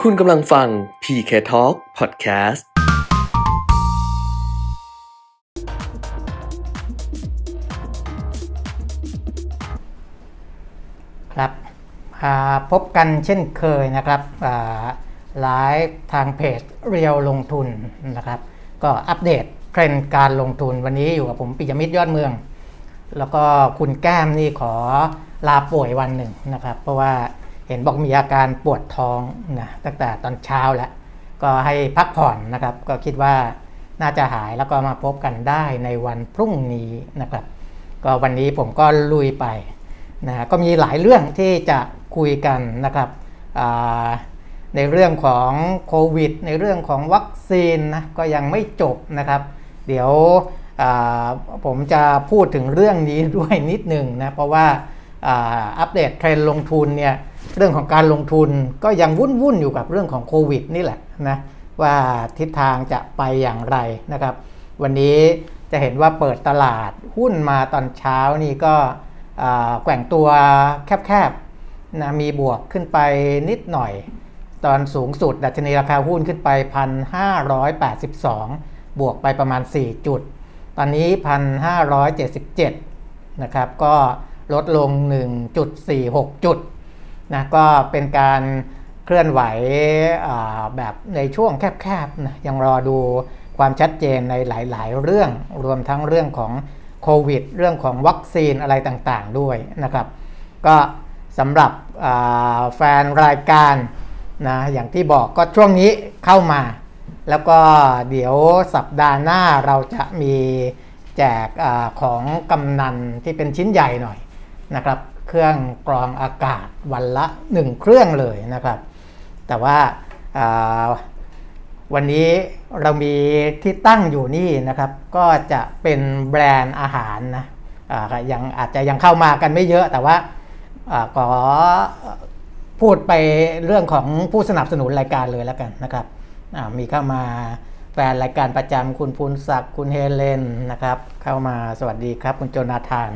คุณกำลังฟัง PK Talk Podcast ครับพบกันเช่นเคยนะครับไลฟ์ทางเพจเรียวลงทุนนะครับก็อัปเดตเทรนด์การลงทุนวันนี้อยู่กับผมปิยมิตรยอดเมืองแล้วก็คุณแก้มนี่ขอลาป่วยวันหนึ่งนะครับเพราะว่าเห็นบอกมีอาการปวดท้องนะตั้งแต่ตอนเช้าแล้วก็ให้พักผ่อนนะครับก็คิดว่าน่าจะหายแล้วก็มาพบกันได้ในวันพรุ่งนี้นะครับก็วันนี้ผมก็ลุยไปนะก็มีหลายเรื่องที่จะคุยกันนะครับในเรื่องของโควิดในเรื่องของวัคซีนนะก็ยังไม่จบนะครับเดี๋ยวผมจะพูดถึงเรื่องนี้ด้วยนิดนึงนะเพราะว่าอัปเดตเทรนด์ลงทุนเนี่ยเรื่องของการลงทุนก็ยังวุ่นอยู่กับเรื่องของโควิดนี่แหละนะว่าทิศทางจะไปอย่างไรนะครับวันนี้จะเห็นว่าเปิดตลาดหุ้นมาตอนเช้านี่ก็แกว่งตัวแคบๆนะมีบวกขึ้นไปนิดหน่อยตอนสูงสุดดัชนีราคาหุ้นขึ้นไป 1,582 บวกไปประมาณ4จุดตอนนี้ 1,577 นะครับก็ลดลง 1.46 จุดนะก็เป็นการเคลื่อนไหวแบบในช่วงแคบๆนะยังรอดูความชัดเจนในหลายๆเรื่องรวมทั้งเรื่องของโควิดเรื่องของวัคซีนอะไรต่างๆด้วยนะครับก็สำหรับแฟนรายการนะอย่างที่บอกก็ช่วงนี้เข้ามาแล้วก็เดี๋ยวสัปดาห์หน้าเราจะมีแจกของกำนันที่เป็นชิ้นใหญ่หน่อยนะครับเครื่องกรองอากาศวันละ1เครื่องเลยนะครับแต่ว่าวันนี้เรามีที่ตั้งอยู่นี่นะครับก็จะเป็นแบรนด์อาหารนะยังอาจจะยังเข้ามากันไม่เยอะแต่ว่าขอพูดไปเรื่องของผู้สนับสนุนรายการเลยแล้วกันนะครับมีเข้ามาแฟนรายการประจำคุณภูนศักดิ์คุณเฮเลนนะครับเข้ามาสวัสดีครับคุณโจนาธาน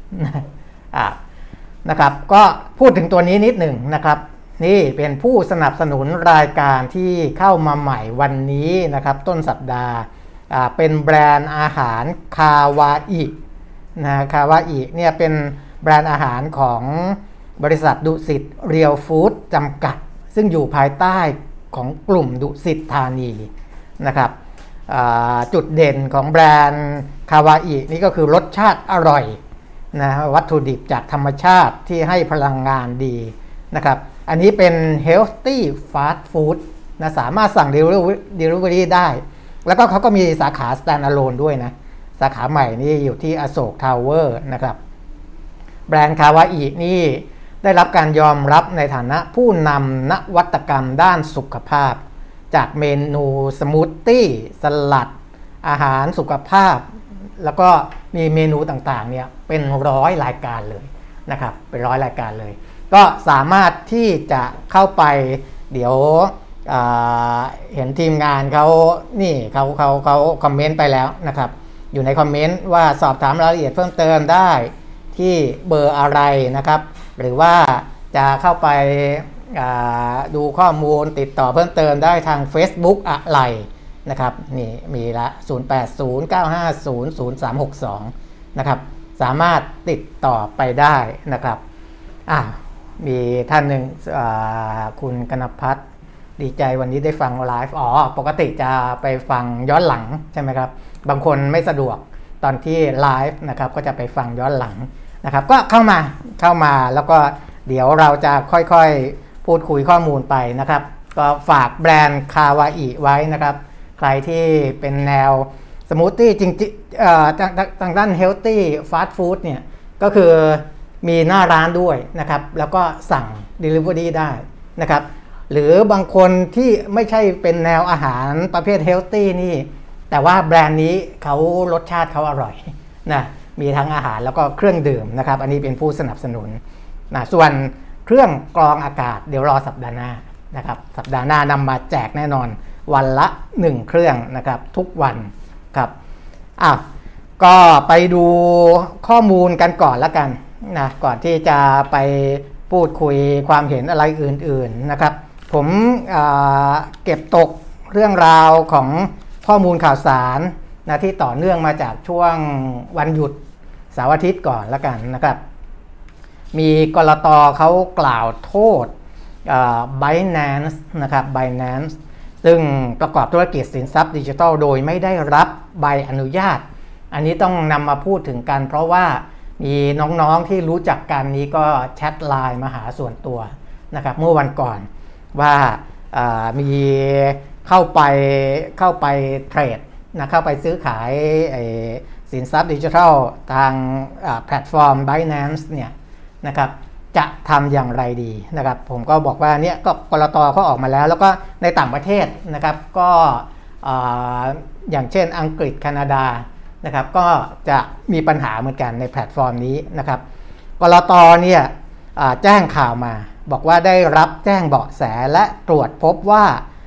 นะครับก็พูดถึงตัวนี้นิดหนึ่งนะครับนี่เป็นผู้สนับสนุนรายการที่เข้ามาใหม่วันนี้นะครับต้นสัปดาห์เป็นแบรนด์อาหารคาวาอินะคาวาอิเนี่ยเป็นแบรนด์อาหารของบริษัทดุสิตเรียลฟู้ดจำกัดซึ่งอยู่ภายใต้ของกลุ่มดุสิตธานีนะครับจุดเด่นของแบรนด์คาวาอินี่ก็คือรสชาติอร่อยนะวัตถุดิบจากธรรมชาติที่ให้พลังงานดีนะครับอันนี้เป็น healthy fast food นะสามารถสั่ง delivery ได้แล้วก็เขาก็มีสาขา standalone ด้วยนะสาขาใหม่นี่อยู่ที่อโศกทาวเวอร์นะครับแบรนด์คาวาอินี่ได้รับการยอมรับในฐานะผู้นำนวัตกรรมด้านสุขภาพจากเมนูสมูทตี้สลัดอาหารสุขภาพแล้วก็มีเมนูต่างๆเนี่ยเป็น100 รายการเลยนะครับเป็น100 รายการเลยก็สามารถที่จะเข้าไปเดี๋ยวเห็นทีมงานเขาคอมเมนต์ไปแล้วนะครับอยู่ในคอมเมนต์ว่าสอบถามรายละเอียดเพิ่มเติมได้ที่เบอร์อะไรนะครับหรือว่าจะเข้าไปดูข้อมูลติดต่อเพิ่มเติมได้ทาง Facebook อะไรนะครับนี่มีละ 0809500362 นะครับสามารถติดต่อไปได้นะครับมีท่านหนึ่งคุณกนภัทรดีใจวันนี้ได้ฟังไลฟ์ปกติจะไปฟังย้อนหลังใช่ไหมครับบางคนไม่สะดวกตอนที่ไลฟ์นะครับก็จะไปฟังย้อนหลังนะครับก็เข้ามาแล้วก็เดี๋ยวเราจะค่อยๆพูดคุยข้อมูลไปนะครับก็ฝากแบรนด์คาวาอิไว้นะครับใครที่เป็นแนวสมูทตี้จริงๆทางด้านเฮลตี้ฟาสต์ฟู้ดเนี่ยก็คือมีหน้าร้านด้วยนะครับแล้วก็สั่ง Delivery ได้นะครับหรือบางคนที่ไม่ใช่เป็นแนวอาหารประเภทเฮลตี้นี่แต่ว่าแบรนด์นี้เขารสชาติเขาอร่อยนะมีทั้งอาหารแล้วก็เครื่องดื่มนะครับอันนี้เป็นผู้สนับสนุนนะส่วนเครื่องกรองอากาศเดี๋ยวรอสัปดาห์หน้านะครับสัปดาห์หน้านำมาแจกแน่นอนวันละ1เครื่องนะครับทุกวันครับก็ไปดูข้อมูลกันก่อนละกันนะก่อนที่จะไปพูดคุยความเห็นอะไรอื่นๆนะครับผมเก็บตกเรื่องราวของข้อมูลข่าวสารนะที่ต่อเนื่องมาจากช่วงวันหยุดเสาร์อาทิตย์ก่อนแล้วกันนะครับมีกลต.เขากล่าวโทษBinance นะครับ Binance ซึ่งประกอบธุรกิจสินทรัพย์ดิจิทัลโดยไม่ได้รับใบอนุญาตอันนี้ต้องนำมาพูดถึงกันเพราะว่ามีน้องๆที่รู้จักกันนี้ก็แชทไลน์มาหาส่วนตัวนะครับเมื่อวันก่อนว่ามีเข้าไปเทรดนะเข้าไปซื้อขายสินทรัพย์ดิจิทัลทางแพลตฟอร์ม Binance เนี่ยนะครับจะทำอย่างไรดีนะครับผมก็บอกว่าเนี่ยก็กลต.เขาออกมาแล้วก็ในต่างประเทศนะครับก็อย่างเช่นอังกฤษแคนาดานะครับก็จะมีปัญหาเหมือนกันในแพลตฟอร์มนี้นะครับกลต.เนี่ยแจ้งข่าวมาบอกว่าได้รับแจ้งเบาะแสและตรวจพบว่า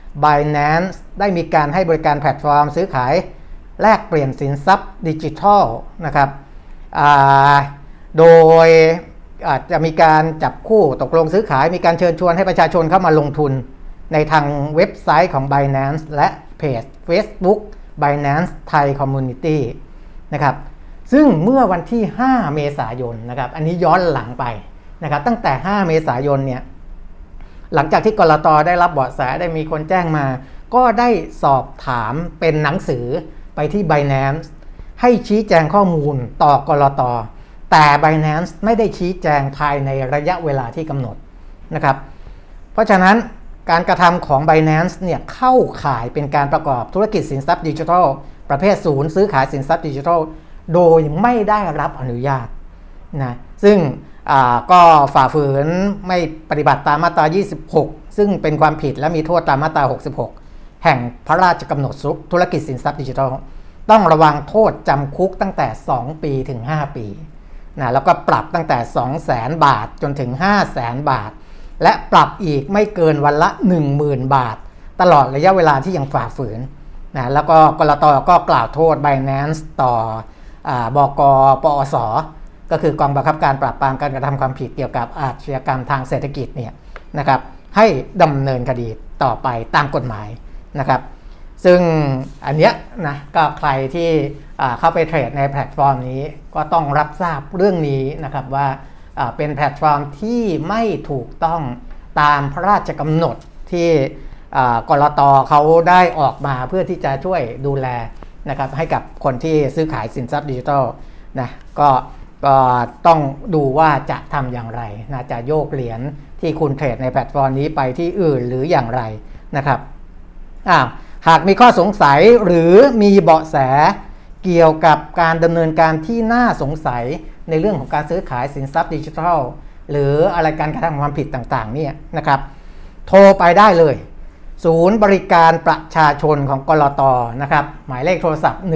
Binance ได้มีการให้บริการแพลตฟอร์มซื้อขายแลกเปลี่ยนสินทรัพย์ดิจิทัลนะครับโดยจะมีการจับคู่ตกลงซื้อขายมีการเชิญชวนให้ประชาชนเข้ามาลงทุนในทางเว็บไซต์ของ Binance และเพจ Facebook Binance Thai Community นะครับซึ่งเมื่อวันที่5เมษายนนะครับอันนี้ย้อนหลังไปนะครับตั้งแต่5เมษายนเนี่ยหลังจากที่กลต.ได้รับเบาะแสได้มีคนแจ้งมาก็ได้สอบถามเป็นหนังสือไปที่ Binance ให้ชี้แจงข้อมูลต่อกลต.แต่ Binance ไม่ได้ชี้แจงภายในระยะเวลาที่กำหนดนะครับเพราะฉะนั้นการกระทำของ Binance เนี่ยเข้าข่ายเป็นการประกอบธุรกิจสินทรัพย์ดิจิทัลประเภทศูนย์ซื้อขายสินทรัพย์ดิจิทัลโดยไม่ได้รับอนุญาตนะซึ่งก็ฝ่าฝืนไม่ปฏิบัติตามมาตรา26ซึ่งเป็นความผิดและมีโทษตามมาตรา66แห่งพระราชกำหนดธุรกิจสินทรัพย์ดิจิทัลต้องระวังโทษจำคุกตั้งแต่2ปีถึง5ปีนะแล้วก็ปรับตั้งแต่ 200,000 บาทจนถึง 500,000 บาทและปรับอีกไม่เกินวันละ 10,000 บาทตลอดระยะเวลาที่ยังฝ่าฝืนนะแล้วก็กลต.ก็กล่าวโทษ Binance ต่อบก.ปอส.ก็คือกองบังคับการปราบปรามการกระทำความผิดเกี่ยวกับอาชญากรรมทางเศรษฐกิจเนี่ยนะครับให้ดำเนินคดีต่อไปตามกฎหมายนะครับซึ่งอันเนี้ยนะก็ใครที่เข้าไปเทรดในแพลตฟอร์มนี้ก็ต้องรับทราบเรื่องนี้นะครับว่าเป็นแพลตฟอร์มที่ไม่ถูกต้องตามพระราชกำหนดที่กลต.เขาได้ออกมาเพื่อที่จะช่วยดูแลนะครับให้กับคนที่ซื้อขายสินทรัพย์ดิจิทัลนะก็ต้องดูว่าจะทำอย่างไรนะจะโยกเหรียญที่คุณเทรดในแพลตฟอร์มนี้ไปที่อื่นหรืออย่างไรนะครับหากมีข้อสงสัยหรือมีเบาะแสเกี่ยวกับการดำเนินการที่น่าสงสัยในเรื่องของการซื้อขายสินทรัพย์ดิจิทัลหรืออะไรการกระทำความผิดต่างๆเนี่ยนะครับโทรไปได้เลยศูนย์บริการประชาชนของกลต.นะครับหมายเลขโทรศัพท์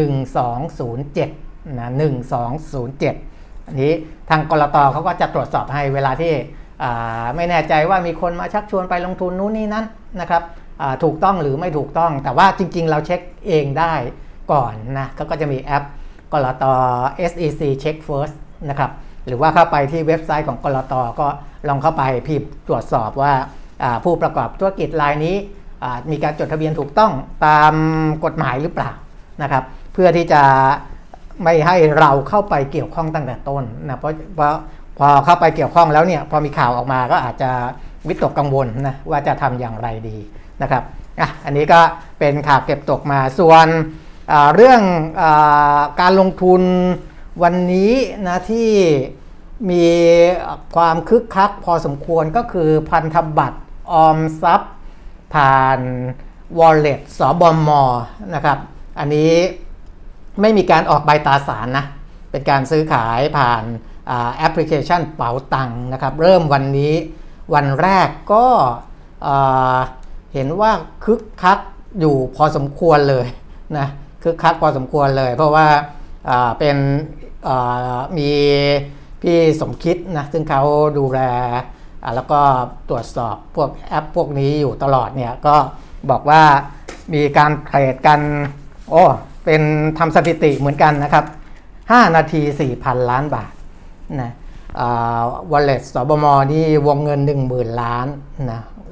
1207นะ1207อันนี้ทางกลต.เขาก็จะตรวจสอบให้เวลาที่ไม่แน่ใจว่ามีคนมาชักชวนไปลงทุนนู้นนี่นั้นนะครับถูกต้องหรือไม่ถูกต้องแต่ว่าจริงๆเราเช็คเองได้ก่อนนะเขาก็จะมีแอปกลต. SEC Check First นะครับหรือว่าเข้าไปที่เว็บไซต์ของกลต.ก็ลองเข้าไปพิมพ์ตรวจสอบว่าผู้ประกอบธุรกิจรายนี้มีการจดทะเบียนถูกต้องตามกฎหมายหรือเปล่านะครับเพื่อที่จะไม่ให้เราเข้าไปเกี่ยวข้องตั้งแต่ต้นนะเพราะพอเข้าไปเกี่ยวข้องแล้วเนี่ยพอมีข่าวออกมาก็อาจจะวิตกกังวลนะว่าจะทำอย่างไรดีนะครับอันนี้ก็เป็นข่าวเก็บตกมาส่วนเรื่องการลงทุนวันนี้นะที่มีความคึกคักพอสมควรก็คือพันธบัตรออมทรัพย์ผ่าน Wallet สบม.นะครับอันนี้ไม่มีการออกใบตราสารนะเป็นการซื้อขายผ่านแอปพลิเคชันเป๋าตังค์นะครับเริ่มวันนี้วันแรกก็เห็นว่าคึกคักอยู่พอสมควรเลยนะคึกคักพอสมควรเลยเพราะว่าเป็นมีพี่สมคิดนะซึ่งเขาดูแลแล้วก็ตรวจสอบพวกแอปพวกนี้อยู่ตลอดเนี่ยก็บอกว่ามีการเทรดกันเป็นทำสถิติเหมือนกันนะครับ5 นาที 4,000 ล้านบาทนะWallet สบม.นี่วงเงิน 10,000 ล้านนะ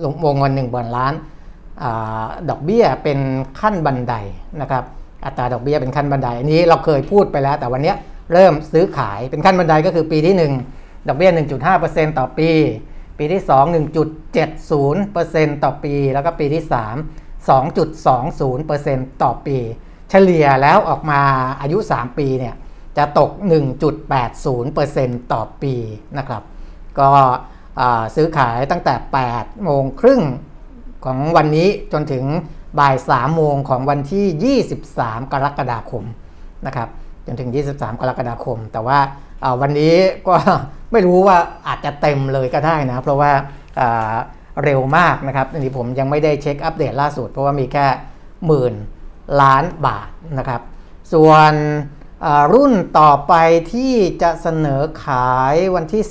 วงเงิน10,000 ล้านดอกเบี้ยเป็นขั้นบันไดนะครับอัตราดอกเบี้ยเป็นขั้นบันไดอันนี้เราเคยพูดไปแล้วแต่วันนี้เริ่มซื้อขายเป็นขั้นบันไดก็คือปีที่1ดอกเบี้ย 1.5% ต่อปีปีที่2 1.70% ต่อปีแล้วก็ปีที่3 2.20% ต่อปีเฉลี่ยแล้วออกมาอายุ3ปีเนี่ยจะตก 1.80% ต่อปีนะครับก็ซื้อขายตั้งแต่8 โมงครึ่งของวันนี้จนถึงบ่าย3 โมงของวันที่23 กรกฎาคมนะครับจนถึง23 กรกฎาคมแต่ว่าวันนี้ก็ไม่รู้ว่าอาจจะเต็มเลยก็ได้นะเพราะว่าเร็วมากนะครับอันนี้ผมยังไม่ได้เช็คอัปเดตล่าสุดเพราะว่ามีแค่10,000 ล้านบาทนะครับส่วนรุ่นต่อไปที่จะเสนอขายวันที่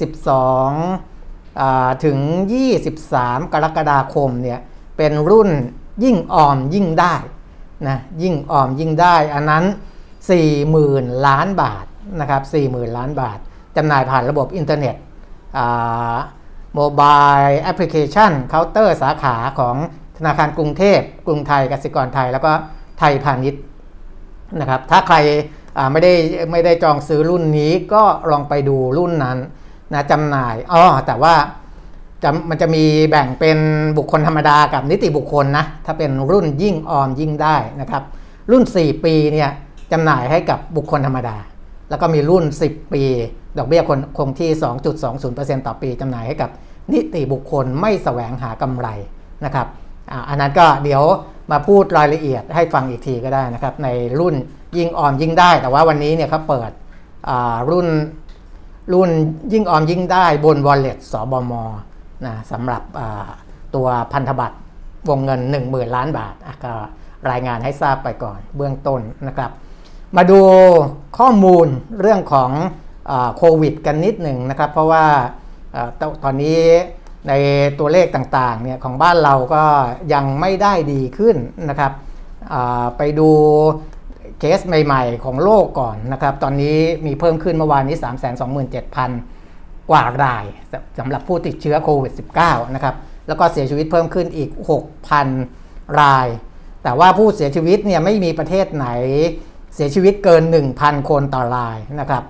12ถึง23 กรกฎาคมเนี่ยเป็นรุ่นยิ่งออมยิ่งได้นะยิ่งออมยิ่งได้อันนั้น 40,000 ล้านบาทนะครับ40,000 ล้านบาทจำหน่ายผ่านระบบอินเทอร์เน็ตโมบายแอปพลิเคชันเคาน์เตอร์สาขาของธนาคารกรุงเทพกรุงไทยกสิกรไทยแล้วก็ไทยพาณิชย์นะครับถ้าใครไม่ได้จองซื้อรุ่นนี้ก็ลองไปดูรุ่นนั้นนะจำหน่ายแต่ว่ามันจะมีแบ่งเป็นบุคคลธรรมดากับนิติบุคคลนะถ้าเป็นรุ่นยิ่งออมยิ่งได้นะครับรุ่น4 ปีเนี่ยจำหน่ายให้กับบุคคลธรรมดาแล้วก็มีรุ่น10 ปีดอกเบี้ยคงที่ 2.20% ต่อปีจำหน่ายให้กับนิติบุคคลไม่แสวงหากำไรนะครับอันนั้นก็เดี๋ยวมาพูดรายละเอียดให้ฟังอีกทีก็ได้นะครับในรุ่นยิ่งออมยิ่งได้แต่ว่าวันนี้เนี่ยเขาเปิดรุ่นยิ่งออมยิ่งได้บน Wallet สบม.นะสำหรับตัวพันธบัตรวงเงิน 10,000 ล้านบาทก็รายงานให้ทราบไปก่อนเบื้องต้นนะครับมาดูข้อมูลเรื่องของโควิดกันนิดหนึ่งนะครับเพราะว่าตอนนี้ในตัวเลขต่างๆเนี่ยของบ้านเราก็ยังไม่ได้ดีขึ้นนะครับไปดูเคสใหม่ๆของโลกก่อนนะครับตอนนี้มีเพิ่มขึ้นเมื่อวานนี้ 327,000 กว่ารายสำหรับผู้ติดเชื้อโควิด -19 นะครับแล้วก็เสียชีวิตเพิ่มขึ้นอีก 6,000 รายแต่ว่าผู้เสียชีวิตเนี่ยไม่มีประเทศไหนเสียชีวิตเกิน 1,000 คนต่อรายนะครับ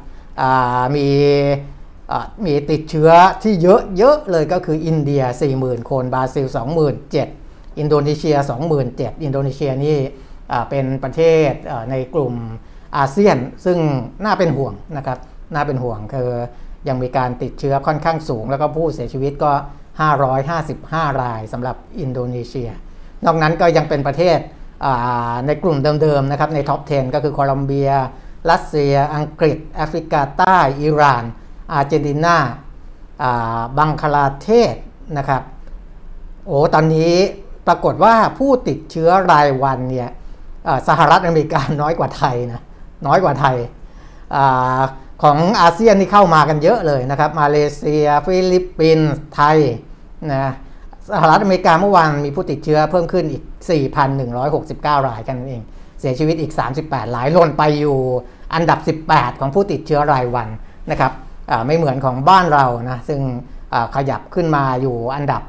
มีติดเชื้อที่เยอะเลยก็คืออินเดีย 40,000 คนบราซิล 27,000 อินโดนีเซีย 27,000 อินโดนีเซียนี่เป็นประเทศในกลุ่มอาเซียนซึ่งน่าเป็นห่วงนะครับน่าเป็นห่วงคือยังมีการติดเชื้อค่อนข้างสูงแล้วก็ผู้เสียชีวิตก็555 รายสำหรับอินโดนีเซียนอกนั้นก็ยังเป็นประเทศในกลุ่มเดิมๆนะครับในท็อป 10 ก็คือโคลอมเบียรัสเซียอังกฤษแอฟริกาใต้อิหร่านอาร์เจนตินาบังคลาเทศนะครับตอนนี้ปรากฏว่าผู้ติดเชื้อรายวันเนี่ยสหรัฐอเมริกาน้อยกว่าไทยนะน้อยกว่าไทยของอาเซียนที่เข้ามากันเยอะเลยนะครับมาเลเซียฟิลิปปินส์ไทยนะสหรัฐอเมริกาเมื่อวานมีผู้ติดเชื้อเพิ่มขึ้นอีก 4,169 รายกันเองเสียชีวิตอีก38รายหล่นไปอยู่อันดับ18ของผู้ติดเชื้อรายวันนะครับไม่เหมือนของบ้านเรานะซึ่งขยับขึ้นมาอยู่อันดับ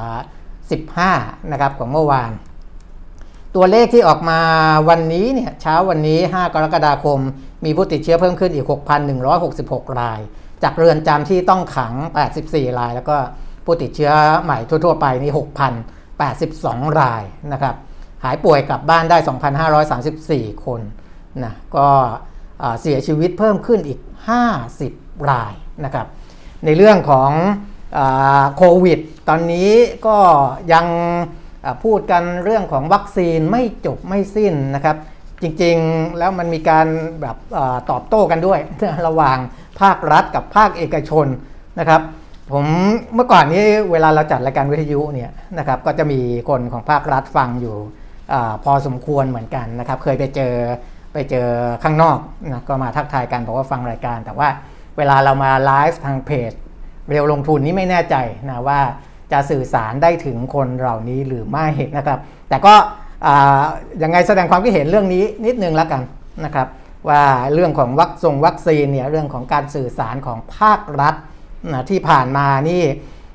15นะครับของเมื่อวานตัวเลขที่ออกมาวันนี้เนี่ยเช้าวันนี้5 กรกฎาคมมีผู้ติดเชื้อเพิ่มขึ้นอีก 6,166 รายจากเรือนจำที่ต้องขัง84รายแล้วก็ผู้ติดเชื้อใหม่ทั่วๆไปนี่ 6,082 รายนะครับหายป่วยกลับบ้านได้ 2,534 คนนะก็เสียชีวิตเพิ่มขึ้นอีก50 รายนะครับในเรื่องของโควิดตอนนี้ก็ยังพูดกันเรื่องของวัคซีนไม่จบไม่สิ้นนะครับจริงๆแล้วมันมีการแบบตอบโต้กันด้วยระหว่างภาครัฐกับภาคเอกชนนะครับผมเมื่อก่อนนี้เวลาเราจัดรายการวิทยุเนี่ยนะครับก็จะมีคนของภาครัฐฟังอยู่พอสมควรเหมือนกันนะครับเคยไปเจอข้างนอกนะก็มาทักทายกันบอกว่าฟังรายการแต่ว่าเวลาเรามาไลฟ์ทางเพจเรียวลงทุนนี้ไม่แน่ใจนะว่าจะสื่อสารได้ถึงคนเหล่านี้หรือไม่นะครับแต่ก็ยังไงแสดงความคิดเห็นเรื่องนี้นิดนึงแล้วกันนะครับว่าเรื่องของวัคซีนเนี่ยเรื่องของการสื่อสารของภาครัฐนะที่ผ่านมานี่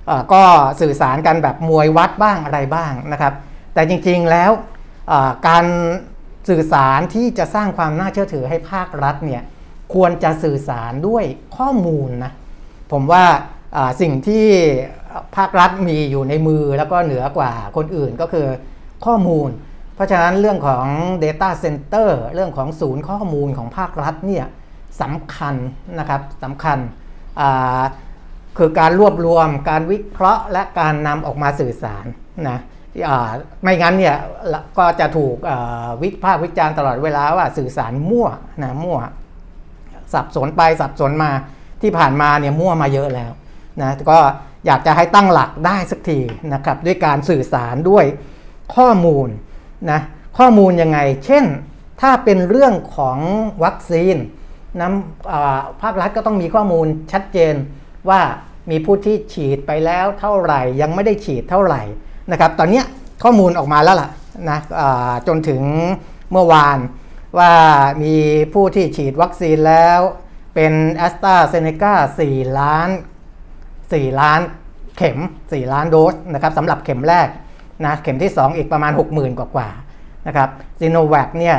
ก็สื่อสารกันแบบมวยวัดบ้างอะไรบ้างนะครับแต่จริงๆแล้วการสื่อสารที่จะสร้างความน่าเชื่อถือให้ภาครัฐเนี่ยควรจะสื่อสารด้วยข้อมูลนะผมว่าสิ่งที่ภาครัฐมีอยู่ในมือแล้วก็เหนือกว่าคนอื่นก็คือข้อมูลเพราะฉะนั้นเรื่องของ Data Center เรื่องของศูนย์ข้อมูลของภาครัฐเนี่ยสำคัญนะครับสำคัญคือการรวบรวมการวิเคราะห์และการนำออกมาสื่อสารนะไม่งั้นเนี่ยก็จะถูกวิพากษ์วิจารณ์ตลอดเวลาว่าสื่อสารมั่วนะมั่วสับสนไปสับสนมาที่ผ่านมาเนี่ยมั่วมาเยอะแล้วนะก็อยากจะให้ตั้งหลักได้สักทีนะครับด้วยการสื่อสารด้วยข้อมูลนะข้อมูลยังไงเช่นถ้าเป็นเรื่องของวัคซีนนะภาครัฐก็ต้องมีข้อมูลชัดเจนว่ามีผู้ที่ฉีดไปแล้วเท่าไหร่ยังไม่ได้ฉีดเท่าไหร่นะครับตอนนี้ข้อมูลออกมาแล้วล่ะนะจนถึงเมื่อวานว่ามีผู้ที่ฉีดวัคซีนแล้วเป็น AstraZeneca 4 ล้านเข็ม4 ล้านโดสนะครับสำหรับเข็มแรกนะเข็มที่2อีกประมาณ 60,000 กว่านะครับซิโนแวคเนี่ย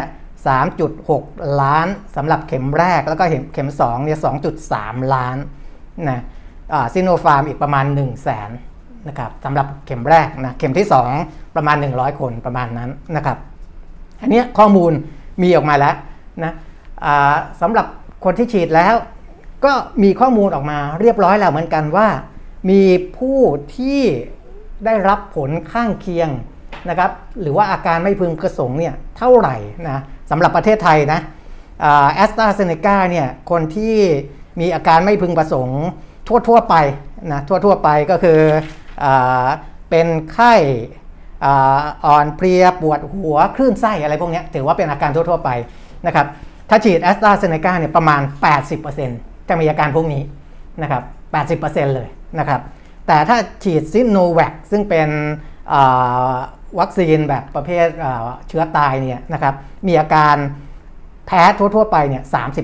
3.6 ล้านสำหรับเข็มแรกแล้วก็เข็ม2เนี่ย 2.3 ล้านนะซิโนฟาร์มอีกประมาณ 100,000 นะครับสำหรับเข็มแรกนะเข็มที่2ประมาณ100 คนประมาณนั้นนะครับอันนี้ข้อมูลมีออกมาแล้วนะสำหรับคนที่ฉีดแล้วก็มีข้อมูลออกมาเรียบร้อยแล้วเหมือนกันว่ามีผู้ที่ได้รับผลข้างเคียงนะครับหรือว่าอาการไม่พึงประสงค์เนี่ยเท่าไหร่นะสำหรับประเทศไทยนะAstraZeneca เนี่ยคนที่มีอาการไม่พึงประสงค์ทั่วไปนะทั่วไปก็คือเป็นไข้อ่อนเพลียปวดหัวคลื่นไส้อะไรพวกนี้ถือว่าเป็นอาการทั่วไปนะครับถ้าฉีด AstraZeneca เนี่ยประมาณ 80% จะมีอาการพวกนี้นะครับ 80% เลยนะครับแต่ถ้าฉีดซิโนแวคซึ่งเป็นวัคซีนแบบประเภทเชื้อตายเนี่ยนะครับมีอาการแพ้ทั่วไปเนี่ย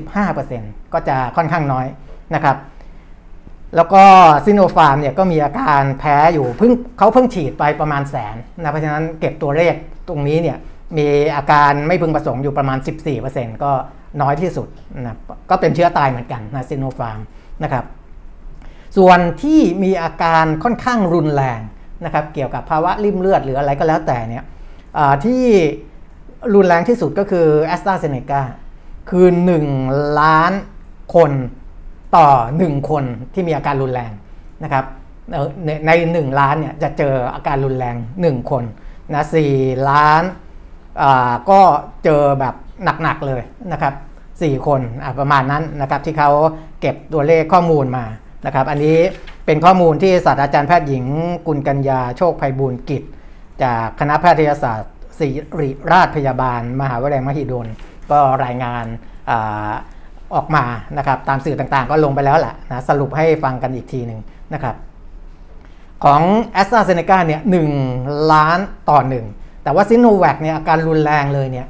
35% ก็จะค่อนข้างน้อยนะครับแล้วก็ซิโนฟาร์มเนี่ยก็มีอาการแพ้อยู่เขาเพิ่งฉีดไปประมาณ100,000นะเพราะฉะนั้นเก็บตัวเลขตรงนี้เนี่ยมีอาการไม่พึงประสงค์อยู่ประมาณ 14% ก็น้อยที่สุดนะก็เป็นเชื้อตายเหมือนกันนะซิโนฟาร์มนะครับส่วนที่มีอาการค่อนข้างรุนแรงนะครับเกี่ยวกับภาวะริ่มเลือดหรืออะไรก็แล้วแต่เนี่ยที่รุนแรงที่สุดก็คือ AstraZeneca คือ1 ล้านคนต่อ1คนที่มีอาการรุนแรงนะครับใน1 ล้านเนี่ยจะเจออาการรุนแรง1คนนะ4 ล้านก็เจอแบบหนักๆเลยนะครับ4 คนประมาณนั้นนะครับที่เขาเก็บตัวเลขข้อมูลมานะครับอันนี้เป็นข้อมูลที่ศาสตราจารย์แพทย์หญิงกุลกัญญาโชคไพบูลย์กิจจากคณะแพทยศาสตร์ศิริราชพยาบาลมหาวิทยาลัยมหิดลก็รายงานออกมานะครับตามสื่อต่างๆก็ลงไปแล้วแหละนะสรุปให้ฟังกันอีกทีหนึ่งนะครับของ AstraZeneca เนี่ย1 ล้านต่อ1แต่ว่าซิโนแวคเนี่ยอาการรุนแรงเลยเนี่ย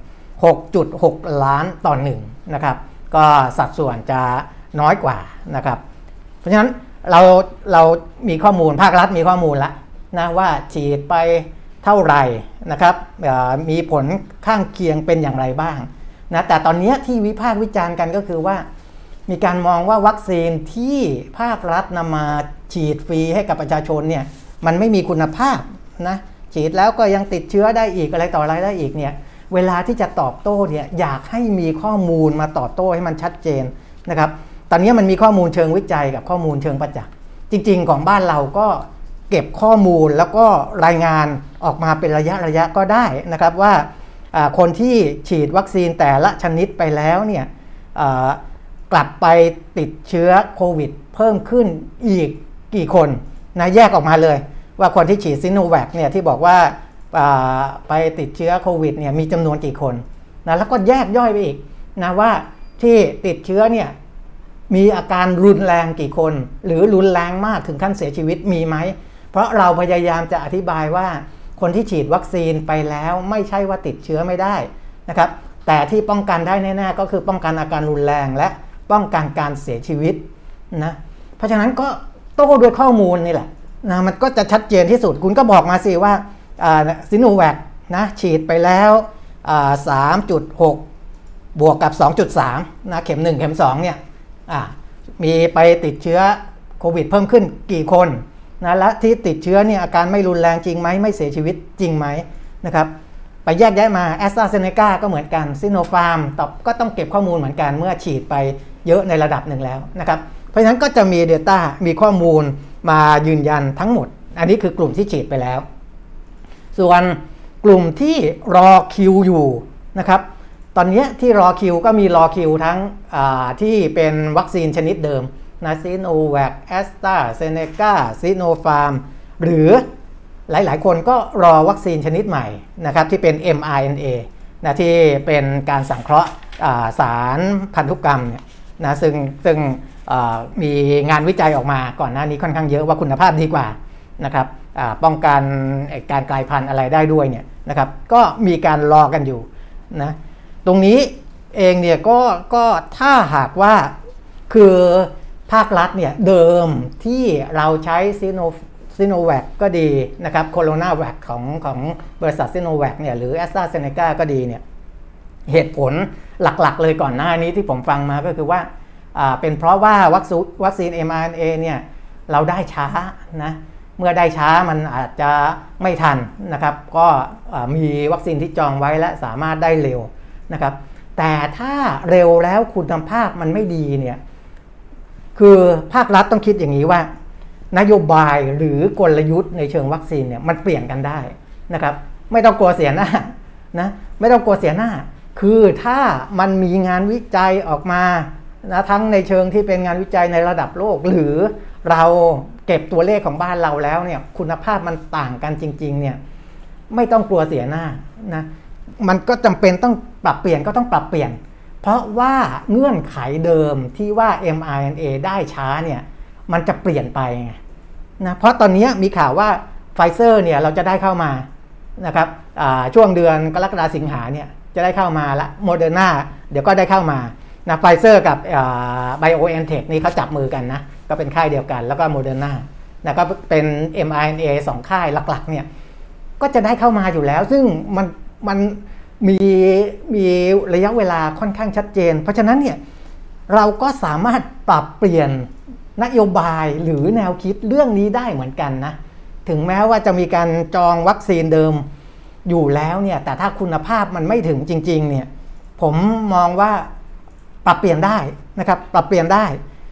6.6 ล้านต่อ1นะครับก็สัดส่วนจะน้อยกว่านะครับเพราะฉะนั้นเรามีข้อมูลภาครัฐมีข้อมูลแล้วนะว่าฉีดไปเท่าไหร่นะครับมีผลข้างเคียงเป็นอย่างไรบ้างนะแต่ตอนนี้ที่วิพากษ์วิจารณ์กันก็คือว่ามีการมองว่าวัคซีนที่ภาครัฐนำมาฉีดฟรีให้กับประชาชนเนี่ยมันไม่มีคุณภาพนะฉีดแล้วก็ยังติดเชื้อได้อีกอะไรต่ออะไรได้อีกเนี่ยเวลาที่จะตอบโต้เนี่ยอยากให้มีข้อมูลมาตอบโต้ให้มันชัดเจนนะครับตอนนี้มันมีข้อมูลเชิงวิจัยกับข้อมูลเชิงประจักษ์จริงๆของบ้านเราก็เก็บข้อมูลแล้วก็รายงานออกมาเป็นระยะก็ได้นะครับว่าคนที่ฉีดวัคซีนแต่ละชนิดไปแล้วเนี่ยกลับไปติดเชื้อโควิดเพิ่มขึ้นอีกกี่คนนะแยกออกมาเลยว่าคนที่ฉีดซิโนแวคเนี่ยที่บอกว่าไปติดเชื้อโควิดเนี่ยมีจำนวนกี่คนนะแล้วก็แยกย่อยไปอีกนะว่าที่ติดเชื้อเนี่ยมีอาการรุนแรงกี่คนหรือรุนแรงมากถึงขั้นเสียชีวิตมีไหมเพราะเราพยายามจะอธิบายว่าคนที่ฉีดวัคซีนไปแล้วไม่ใช่ว่าติดเชื้อไม่ได้นะครับแต่ที่ป้องกันได้แน่ๆก็คือป้องกันอาการรุนแรงและป้องกันการเสียชีวิตนะเพราะฉะนั้นก็โต้ด้วยข้อมูลนี่แหละนะมันก็จะชัดเจนที่สุดคุณก็บอกมาสิว่าซิโนแวคนะฉีดไปแล้ว3.6 บวกกับ 2.3 นะเข็ม1เข็ม2เนี่ยมีไปติดเชื้อโควิดเพิ่มขึ้นกี่คนนะและที่ติดเชื้อเนี่ยอาการไม่รุนแรงจริงไหมไม่เสียชีวิตจริงไหมนะครับไปแยกแยะมา AstraZeneca ก็เหมือนกัน Sinopharm ก็ต้องเก็บข้อมูลเหมือนกันเมื่อฉีดไปเยอะในระดับหนึ่งแล้วนะครับเพราะฉะนั้นก็จะมี Data มีข้อมูลมายืนยันทั้งหมดอันนี้คือกลุ่มที่ฉีดไปแล้วส่วนกลุ่มที่รอคิวอยู่นะครับตอนนี้ที่รอคิวก็มีรอคิวทั้งที่เป็นวัคซีนชนิดเดิมนะซีโนแวคแอสตราเซเนกาซิโนฟาร์มหรือหลายๆคนก็รอวัคซีนชนิดใหม่นะครับที่เป็น mRNA นะที่เป็นการสังเคราะห์สารพันธุกรรมเนี่ยนะซึ่งมีงานวิจัยออกมาก่อนหน้านี้ค่อนข้างเยอะว่าคุณภาพดีกว่านะครับป้องกันการกลายพันธุ์อะไรได้ด้วยเนี่ยนะครับก็มีการรอกันอยู่นะตรงนี้เองเนี่ยก็ถ้าหากว่าคือภาครัฐเนี่ยเดิมที่เราใช้ซิโนแวคก็ดีนะครับโคโรนาแวคของบริษัทซิโนแวคเนี่ยหรือแอสตราเซเนกาก็ดีเนี่ยเหตุผลหลักๆเลยก่อนหน้านี้ที่ผมฟังมาก็คือว่าเป็นเพราะว่าวัคซีน mRNA เนี่ยเราได้ช้านะเมื่อได้ช้ามันอาจจะไม่ทันนะครับก็มีวัคซีนที่จองไว้และสามารถได้เร็วนะครับแต่ถ้าเร็วแล้วคุณภาพมันไม่ดีเนี่ยคือภาครัฐต้องคิดอย่างนี้ว่านโยบายหรือกลยุทธ์ในเชิงวัคซีนเนี่ยมันเปลี่ยนกันได้นะครับไม่ต้องกลัวเสียหน้านะไม่ต้องกลัวเสียหน้าคือถ้ามันมีงานวิจัยออกมานะทั้งในเชิงที่เป็นงานวิจัยในระดับโลกหรือเราเก็บตัวเลขของบ้านเราแล้วเนี่ยคุณภาพมันต่างกันจริงๆเนี่ยไม่ต้องกลัวเสียหน้านะมันก็จำเป็นต้องปรับเปลี่ยนก็ต้องปรับเปลี่ยนเพราะว่าเงื่อนไขเดิมที่ว่า mRNA ได้ช้าเนี่ยมันจะเปลี่ยนไปไงนะเพราะตอนนี้มีข่าวว่าไฟเซอร์เนี่ยเราจะได้เข้ามานะครับช่วงเดือนกรกฎาคมสิงหาเนี่ยจะได้เข้ามาละโมเดอร์นาเดี๋ยวก็ได้เข้ามานะไฟเซอร์กับBioNTech นี่เขาจับมือกันนะก็เป็นค่ายเดียวกันแล้วก็โมเดอร์นานะก็เป็น mRNA 2 ค่ายหลักๆเนี่ยก็จะได้เข้ามาอยู่แล้วซึ่งมันมีระยะเวลาค่อนข้างชัดเจนเพราะฉะนั้นเนี่ยเราก็สามารถปรับเปลี่ยนนโยบายหรือแนวคิดเรื่องนี้ได้เหมือนกันนะถึงแม้ว่าจะมีการจองวัคซีนเดิมอยู่แล้วเนี่ยแต่ถ้าคุณภาพมันไม่ถึงจริงๆเนี่ยผมมองว่าปรับเปลี่ยนได้นะครับปรับเปลี่ยนได้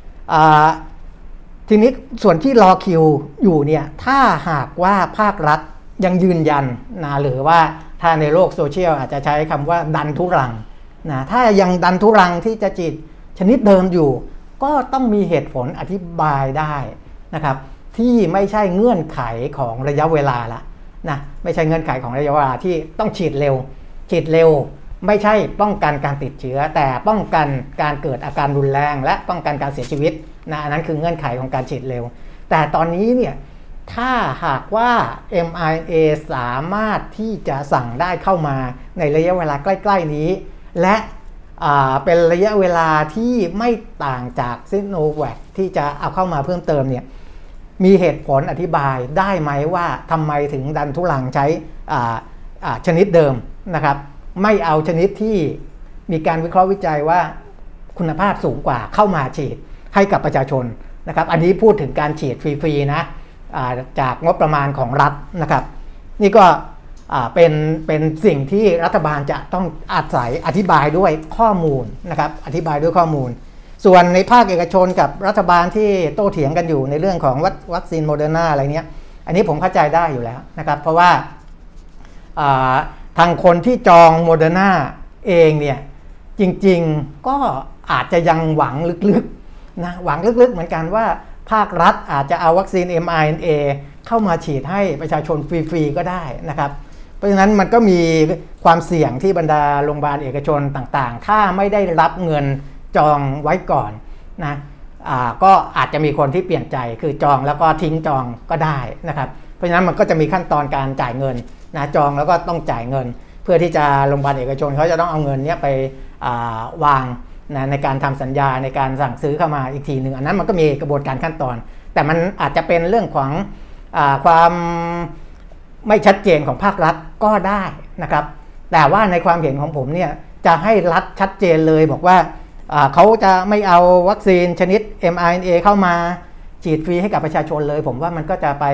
ทีนี้ส่วนที่รอคิวอยู่เนี่ยถ้าหากว่าภาครัฐยังยืนยันนะหรือว่าถ้าในโลกโซเชียลอาจจะใช้คำว่าดันทุรังนะถ้ายังดันทุรังที่จะฉีดชนิดเดิมอยู่ก็ต้องมีเหตุผลอธิบายได้นะครับที่ไม่ใช่เงื่อนไขของระยะเวลาละนะไม่ใช่เงื่อนไขของระยะเวลาที่ต้องฉีดเร็วไม่ใช่ป้องกันการติดเชื้อแต่ป้องกันการเกิดอาการรุนแรงและป้องกันการเสียชีวิตนะอันนั้นคือเงื่อนไขของการฉีดเร็วแต่ตอนนี้เนี่ยถ้าหากว่า mRNA สามารถที่จะสั่งได้เข้ามาในระยะเวลาใกล้ๆนี้และเป็นระยะเวลาที่ไม่ต่างจากซิโนแวคที่จะเอาเข้ามาเพิ่มเติมเนี่ยมีเหตุผลอธิบายได้ไหมว่าทำไมถึงดันทุรังใช้ชนิดเดิมนะครับไม่เอาชนิดที่มีการวิเคราะห์วิจัยว่าคุณภาพสูงกว่าเข้ามาฉีดให้กับประชาชนนะครับอันนี้พูดถึงการฉีดฟรีๆนะจากงบประมาณของรัฐนะครับนี่ก็เป็นสิ่งที่รัฐบาลจะต้องอาศัยอธิบายด้วยข้อมูลนะครับอธิบายด้วยข้อมูลส่วนในภาคเอกชนกับรัฐบาลที่โต้เถียงกันอยู่ในเรื่องของวัคซีนโมเดอร์นาอะไรเนี้ยอันนี้ผมเข้าใจได้อยู่แล้วนะครับเพราะว่าทางคนที่จองโมเดอร์นาเองเนี่ยจริงๆก็อาจจะยังหวังลึกๆนะหวังลึกๆเหมือนกันว่าภาครัฐอาจจะเอาวัคซีน mRNA เข้ามาฉีดให้ประชาชนฟรีๆก็ได้นะครับเพราะฉะนั้นมันก็มีความเสี่ยงที่บรรดาโรงพยาบาลเอกชนต่างๆถ้าไม่ได้รับเงินจองไว้ก่อนนะก็อาจจะมีคนที่เปลี่ยนใจคือจองแล้วก็ทิ้งจองก็ได้นะครับเพราะฉะนั้นมันก็จะมีขั้นตอนการจ่ายเงินนะจองแล้วก็ต้องจ่ายเงินเพื่อที่จะโรงพยาบาลเอกชนเขาจะต้องเอาเงินนี้ไปวางนะในการทำสัญญาในการสั่งซื้อเข้ามาอีกทีหนึ่งอันนั้นมันก็มีกระบวนการขั้นตอนแต่มันอาจจะเป็นเรื่องของความไม่ชัดเจนของภาครัฐก็ได้นะครับแต่ว่าในความเห็นของผมเนี่ยจะให้รัฐชัดเจนเลยบอกว่าเขาจะไม่เอาวัคซีนชนิด mRNA เข้ามาฉีดฟรีให้กับประชาชนเลยผมว่ามันก็จะไป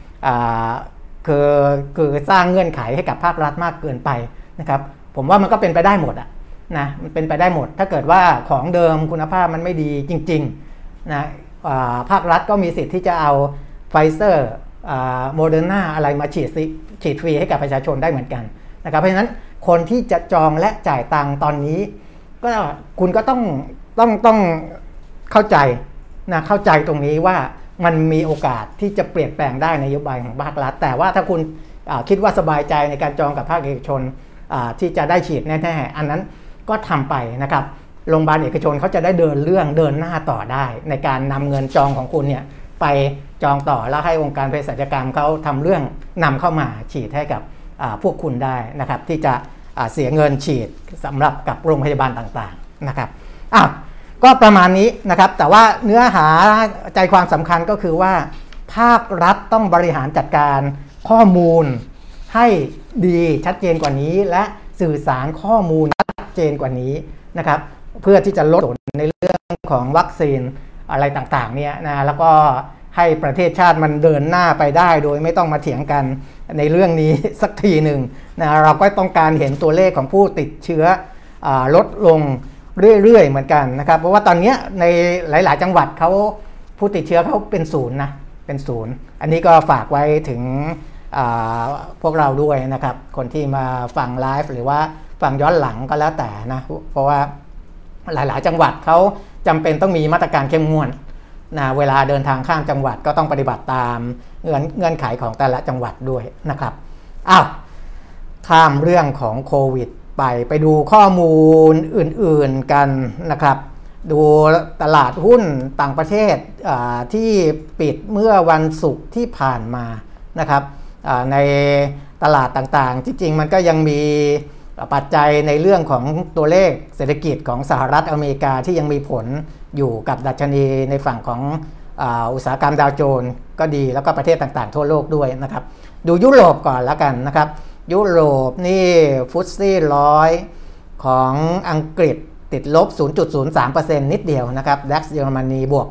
คือสร้างเงื่อนไขให้กับภาครัฐมากเกินไปนะครับผมว่ามันก็เป็นไปได้หมดนะมันเป็นไปได้หมดถ้าเกิดว่าของเดิมคุณภาพมันไม่ดีจริงๆนะภาครัฐก็มีสิทธิ์ที่จะเอาไฟเซอร์โมเดอร์นาอะไรมาฉีดฟรีให้กับประชาชนได้เหมือนกันนะครับเพราะฉะนั้นคนที่จะจองและจ่ายตังค์ตอนนี้ก็คุณก็ต้องเข้าใจนะเข้าใจตรงนี้ว่ามันมีโอกาสที่จะเปลี่ยนแปลงได้นโยบายของภาครัฐแต่ว่าถ้าคุณคิดว่าสบายใจในการจองกับภาคเอกชนที่จะได้ฉีดแน่ๆอันนั้นก็ทำไปนะครับโรงพยาบาลเอกชนเขาจะได้เดินหน้าต่อได้ในการนำเงินจองของคุณเนี่ยไปจองต่อแล้วให้องค์การเภสัชกรรมเขาทำเรื่องนำเข้ามาฉีดให้กับพวกคุณได้นะครับที่จะเสียเงินฉีดสำหรับกับโรงพยาบาลต่างๆนะครับก็ประมาณนี้นะครับแต่ว่าเนื้อหาใจความสำคัญก็คือว่าภาครัฐต้องบริหารจัดการข้อมูลให้ดีชัดเจนกว่านี้และสื่อสารข้อมูลชัดเจนกว่านี้นะครับเพื่อที่จะลดในเรื่องของวัคซีนอะไรต่างๆเนี่ยนะแล้วก็ให้ประเทศชาติมันเดินหน้าไปได้โดยไม่ต้องมาเถียงกันในเรื่องนี้สักทีหนึ่งนะเราก็ต้องการเห็นตัวเลขของผู้ติดเชื้อลดลงเรื่อยๆเหมือนกันนะครับเพราะว่าตอนนี้ในหลายๆจังหวัดเขาผู้ติดเชื้อเขาเป็นศูนย์นะเป็นศูนย์อันนี้ก็ฝากไว้ถึงพวกเราด้วยนะครับคนที่มาฟังไลฟ์หรือว่าฟังย้อนหลังก็แล้วแต่นะเพราะว่าหลายๆจังหวัดเขาจำเป็นต้องมีมาตรการเข้มงวดนะเวลาเดินทางข้ามจังหวัดก็ต้องปฏิบัติตามเงื่อนไขของแต่ละจังหวัดด้วยนะครับข้ามเรื่องของโควิดไปดูข้อมูลอื่นๆกันนะครับดูตลาดหุ้นต่างประเทศที่ปิดเมื่อวันศุกร์ที่ผ่านมานะครับในตลาดต่างๆที่จริงมันก็ยังมีปัจจัยในเรื่องของตัวเลขเศรษฐกิจของสหรัฐอเมริกาที่ยังมีผลอยู่กับดัชนีในฝั่งของอุตสาหกรรมดาวโจนส์ก็ดีแล้วก็ประเทศต่างๆทั่วโลกด้วยนะครับดูยุโรปก่อนแล้วกันนะครับยุโรปนี่ฟุตซี่100ของอังกฤษติดลบ 0.03% นิดเดียวนะครับ DAX เยอรมนีบวก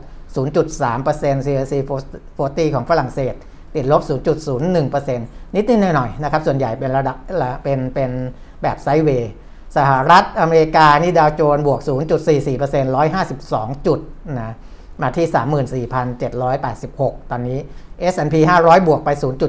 0.3% CAC 40 ของฝรั่งเศสติดลบ 0.01% นิดๆหน่อยๆนะครับส่วนใหญ่เป็นระดับเป็นแบบไซด์เวย์สหรัฐอเมริกานี่ดาวโจนส์บวก 0.44% 152 จุดนะมาที่ 34,786 ตอนนี้ S&P 500 บวกไป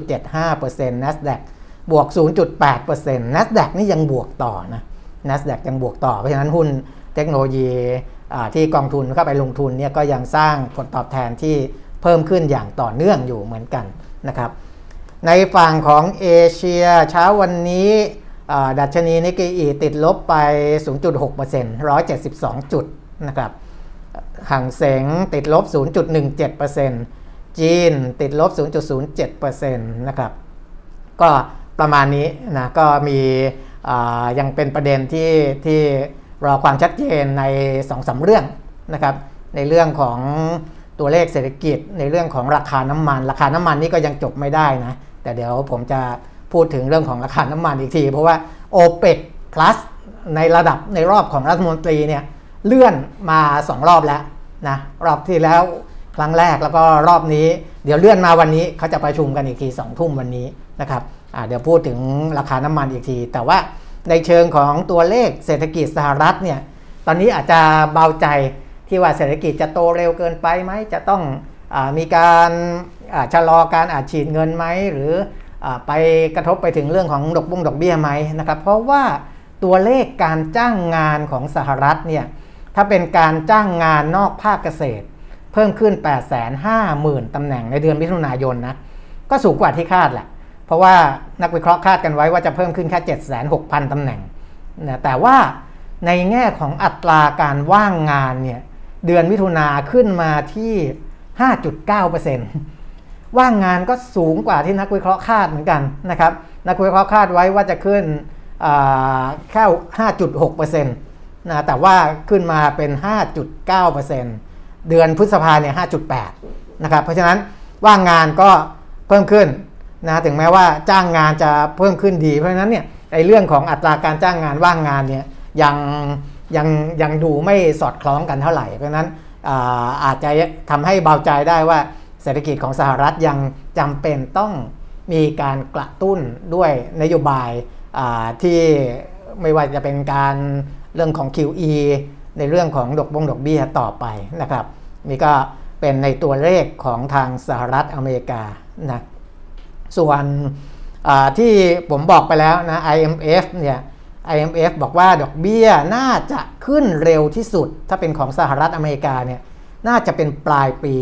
0.75% NASDAQ บวก 0.8% NASDAQ นี่ยังบวกต่อนะ NASDAQ ยังบวกต่อเพราะฉะนั้นหุ้นเทคโนโลยีที่กองทุนเข้าไปลงทุนเนี่ยก็ยังสร้างผลตอบแทนที่เพิ่มขึ้นอย่างต่อเนื่องอยู่เหมือนกันนะครับในฝั่งของเอเชียเช้าวันนี้ดัชนีนิกเกอิติดลบไป 0.6% 172 จุดนะครับหั่งเส็งติดลบ 0.17% จีนติดลบ 0.07% นะครับก็ประมาณนี้นะก็มียังเป็นประเด็นที่รอความชัดเจนใน 2-3 เรื่องนะครับในเรื่องของตัวเลขเศรษฐกิจในเรื่องของราคาน้ำมันนี่ก็ยังจบไม่ได้นะแต่เดี๋ยวผมจะพูดถึงเรื่องของราคาน้ำมันอีกทีเพราะว่า OPEC Plus ในรอบของรัฐมนตรีเนี่ยเลื่อนมา2รอบแล้วนะรอบที่แล้วครั้งแรกแล้วก็รอบนี้เดี๋ยวเลื่อนมาวันนี้เขาจะประชุมกันอีกที 20:00 นวันนี้นะครับเดี๋ยวพูดถึงราคาน้ำมันอีกทีแต่ว่าในเชิงของตัวเลขเศรษฐกิจสหรัฐเนี่ยตอนนี้อาจจะเบาใจที่ว่าเศรษฐกิจจะโตเร็วเกินไปไหมจะต้องมีการชะลอการฉีดเงินไหมหรือไปกระทบไปถึงเรื่องของดอกเบี้ยไหมนะครับเพราะว่าตัวเลขการจ้างงานของสหรัฐเนี่ยถ้าเป็นการจ้างงานนอกภาคเกษตรเพิ่มขึ้น 850,000 ตำแหน่งในเดือนมิถุนายนนะก็สูงกว่าที่คาดแหละเพราะว่านักวิเคราะห์คาดกันไว้ว่าจะเพิ่มขึ้นแค่ 760,000 ตำแหน่งนะแต่ว่าในแง่ของอัตราการว่างงานเนี่ยเดือนมิถุนาขึ้นมาที่ 5.9% ว่างงานก็สูงกว่าที่นักวิเคราะห์คาดเหมือนกันนะครับนักวิเคราะห์คาดไว้ว่าจะขึ้นแค่ 5.6% นะแต่ว่าขึ้นมาเป็น 5.9% เดือนพฤษภาเนี่ย 5.8 นะครับเพราะฉะนั้นว่างงานก็เพิ่มขึ้นนะถึงแม้ว่าจ้างงานจะเพิ่มขึ้นดีเพราะฉะนั้นเนี่ยในเรื่องของอัตราการจ้างงานว่างงานเนี่ยยังดูไม่สอดคล้องกันเท่าไหร่เพราะฉะนั้นอาจจะทำให้เบาใจได้ว่าเศรษฐกิจของสหรัฐยังจำเป็นต้องมีการกระตุ้นด้วยนโยบายที่ไม่ว่าจะเป็นการเรื่องของ QE ในเรื่องของดอกเบี้ยต่อไปนะครับนี่ก็เป็นในตัวเลขของทางสหรัฐอเมริกานะส่วนที่ผมบอกไปแล้วนะ IMF เนี่ย IMF บอกว่าดอกเบี้ยน่าจะขึ้นเร็วที่สุดถ้าเป็นของสหรัฐอเมริกาเนี่ยน่าจะเป็นปลายปี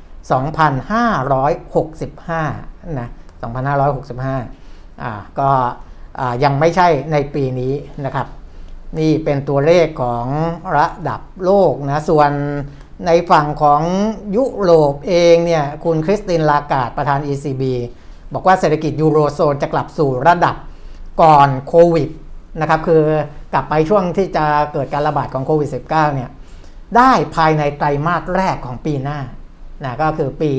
2565 นะ 2565 ก็ยังไม่ใช่ในปีนี้นะครับนี่เป็นตัวเลขของระดับโลกนะส่วนในฝั่งของยุโรปเองเนี่ยคุณคริสติน ลาการ์ดประธาน ECB บอกว่าเศรษฐกิจยูโรโซนจะกลับสู่ระดับก่อนโควิดนะครับคือกลับไปช่วงที่จะเกิดการระบาดของโควิด -19 เนี่ยได้ภายในไตรมาสแรกของปีหน้านะก็คือปี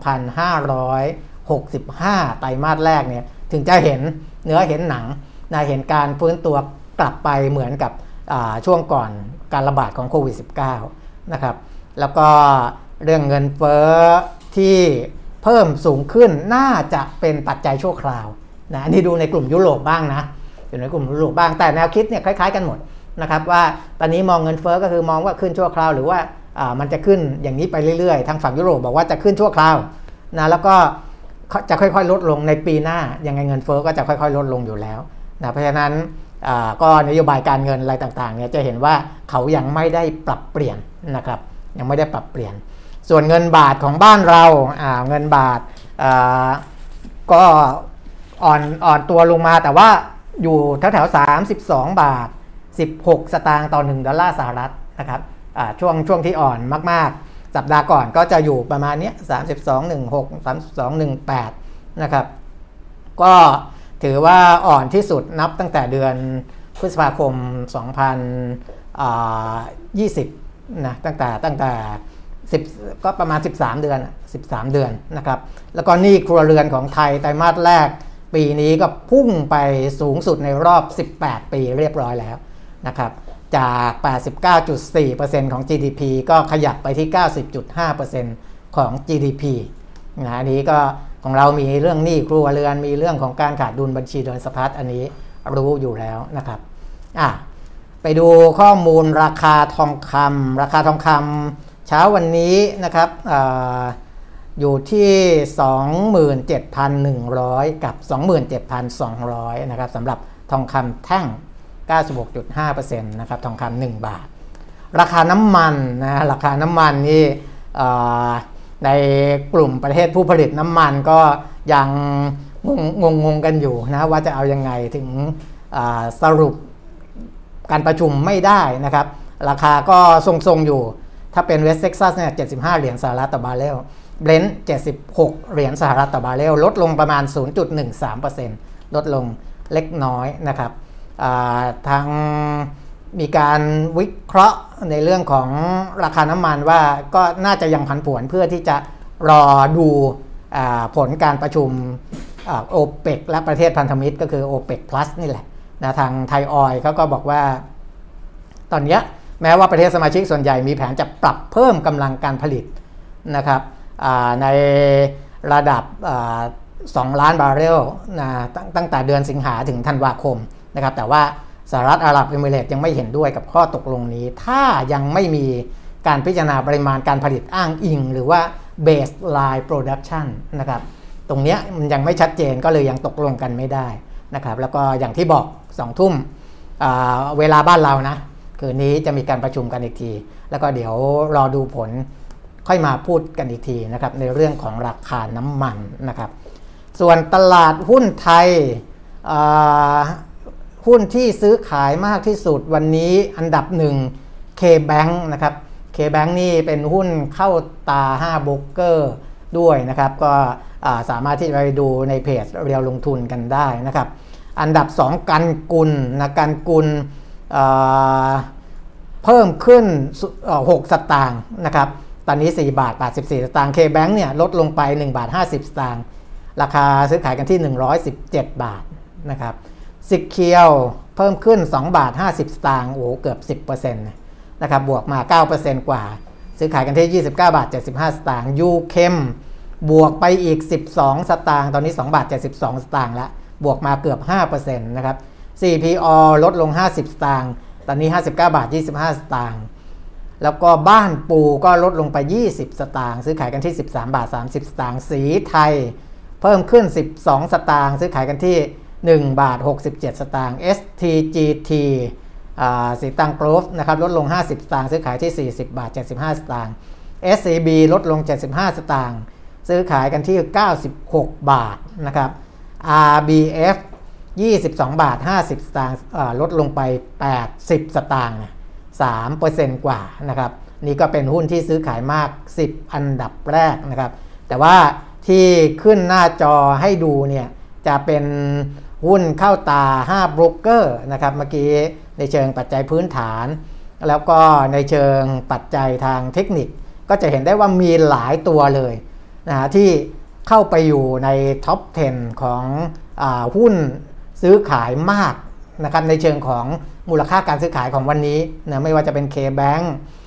2565 ไตรมาสแรกเนี่ยถึงจะเห็นเนื้อเห็นหนังนะเห็นการฟื้นตัวกลับไปเหมือนกับช่วงก่อนการระบาดของโควิด -19 นะครับแล้วก็เรื่องเงินเฟ้อที่เพิ่มสูงขึ้นน่าจะเป็นปัจจัยชั่วคราวนะอันนี้ดูในกลุ่มยุโรปบ้างนะอยู่ในกลุ่มยุโรปบ้างแต่แนวคิดเนี่ยคล้ายๆกันหมดนะครับว่าตอนนี้มองเงินเฟ้อก็คือมองว่าขึ้นชั่วคราวหรือว่ามันจะขึ้นอย่างนี้ไปเรื่อยๆทางฝั่งยุโรปบอกว่าจะขึ้นชั่วคราวนะแล้วก็จะค่อยๆลดลงในปีหน้ายังไงเงินเฟ้อก็จะค่อยๆลดลงอยู่แล้วนะเพราะฉะนั้นก็นโยบายการเงินอะไรต่างๆเนี่ยจะเห็นว่าเขายังไม่ได้ปรับเปลี่ยนนะครับยังไม่ได้ปรับเปลี่ยนส่วนเงินบาทของบ้านเราเงินบาทก็อ่อนตัวลงมาแต่ว่าอยู่แถวๆ32 บาท 16 สตางค์ต่อ1 ดอลลาร์สหรัฐนะครับช่วงที่อ่อนมากๆสัปดาห์ก่อนก็จะอยู่ประมาณนี้32.16 32.18นะครับก็ถือว่าอ่อนที่สุดนับตั้งแต่เดือนพฤษภาคม 2020นะตั้งแต่10ก็ประมาณ13 เดือนนะครับแล้วก็หนี้ครัวเรือนของไทยไตรมาสแรกปีนี้ก็พุ่งไปสูงสุดในรอบ18 ปีเรียบร้อยแล้วนะครับจาก 89.4% ของ GDP ก็ขยับไปที่ 90.5% ของ GDP นะอันนี้ก็ของเรามีเรื่องหนี้ครัวเรือนมีเรื่องของการขาดดุลบัญชีเดินสะพัดอันนี้รู้อยู่แล้วนะครับไปดูข้อมูลราคาทองคำเช้าวันนี้นะครับอยู่ที่ 27,100 กับ 27,200 นะครับสำหรับทองคำแท่ง 96.5% นะครับทองคำ1 บาทราคาน้ำมันนะราคาน้ำมันนี่ในกลุ่มประเทศผู้ผลิตน้ำมันก็ยังงงกันอยู่นะว่าจะเอายังไงถึงสรุปการประชุมไม่ได้นะครับราคาก็ทรงๆอยู่ถ้าเป็นเวสต์เท็กซัสเนี่ย$75สหรัฐต่อบาร์เรลเบรนท์$76สหรัฐต่อบาร์เรลลดลงประมาณ 0.13% ลดลงเล็กน้อยนะครับทางมีการวิเคราะห์ในเรื่องของราคาน้ำมันว่าก็น่าจะยังผันผวนเพื่อที่จะรอดูผลการประชุมโอเปกและประเทศพันธมิตรก็คือโอเปก plus นี่แหละนะทางไทยออยล์เขาก็บอกว่าตอนนี้แม้ว่าประเทศสมาชิกส่วนใหญ่มีแผนจะปรับเพิ่มกำลังการผลิตนะครับในระดับ2 ล้านบาร์เรลตั้งแต่เดือนสิงหาถึงธันวาคมนะครับแต่ว่าสหรัฐอาหรับเอมิเรตส์ยังไม่เห็นด้วยกับข้อตกลงนี้ถ้ายังไม่มีการพิจารณาปริมาณการผลิตอ้างอิงหรือว่า baseline production นะครับตรงนี้มันยังไม่ชัดเจนก็เลยยังตกลงกันไม่ได้นะครับแล้วก็อย่างที่บอก20 ทุ่มเวลาบ้านเรานะคืนนี้จะมีการประชุมกันอีกทีแล้วก็เดี๋ยวรอดูผลค่อยมาพูดกันอีกทีนะครับในเรื่องของราคาน้ำมันนะครับส่วนตลาดหุ้นไทยหุ้นที่ซื้อขายมากที่สุดวันนี้อันดับ1 KBank นะครับ KBank นี่เป็นหุ้นเข้าตา5โบรกเกอร์ด้วยนะครับก็สามารถที่จะไปดูในเพจเรียวลงทุนกันได้นะครับอันดับ2กันกุลนะกันกุลเพิ่มขึ้น6 สตางค์นะครับตอนนี้4.84 บาท KBank เนี่ยลดลงไป1.50 บาทราคาซื้อขายกันที่117 บาทนะครับสิกเคียวเพิ่มขึ้น2 บาท 50 สตางค์โอ้เกือบ 10% นะครับบวกมา 9% กว่าซื้อขายกันที่29 บาท 75 สตางค์ยูเคมบวกไปอีก12 สตางค์ตอนนี้2 บาท 72 สตางค์แล้วบวกมาเกือบ 5% นะครับ CPO ลดลง50 สตางค์ตอนนี้59 บาท 25 สตางค์แล้วก็บ้านปูก็ลดลงไป20 สตางค์ซื้อขายกันที่13 บาท 30 สตางค์สีไทยเพิ่มขึ้น12 สตางค์ซื้อขายกันที่1 บาท 67 สตางค์ STGT สีตังโกลฟนะครับลดลง50 สตางค์ซื้อขายที่40 บาท 75 สตางค์ SCB ลดลง75 สตางค์ซื้อขายกันที่96 บาทนะครับ RBF 22 บาท 50 สตางค์ลดลงไป80 สตางค์ 3% กว่านะครับนี่ก็เป็นหุ้นที่ซื้อขายมาก10 อันดับแรกนะครับแต่ว่าที่ขึ้นหน้าจอให้ดูเนี่ยจะเป็นหุ้นเข้าตา5โบรกเกอร์นะครับเมื่อกี้ในเชิงปัจจัยพื้นฐานแล้วก็ในเชิงปัจจัยทางเทคนิคก็จะเห็นได้ว่ามีหลายตัวเลยนะที่เข้าไปอยู่ในท็อป 10 ของหุ้นซื้อขายมากนะครับในเชิงของมูลค่าการซื้อขายของวันนี้นะไม่ว่าจะเป็น KBank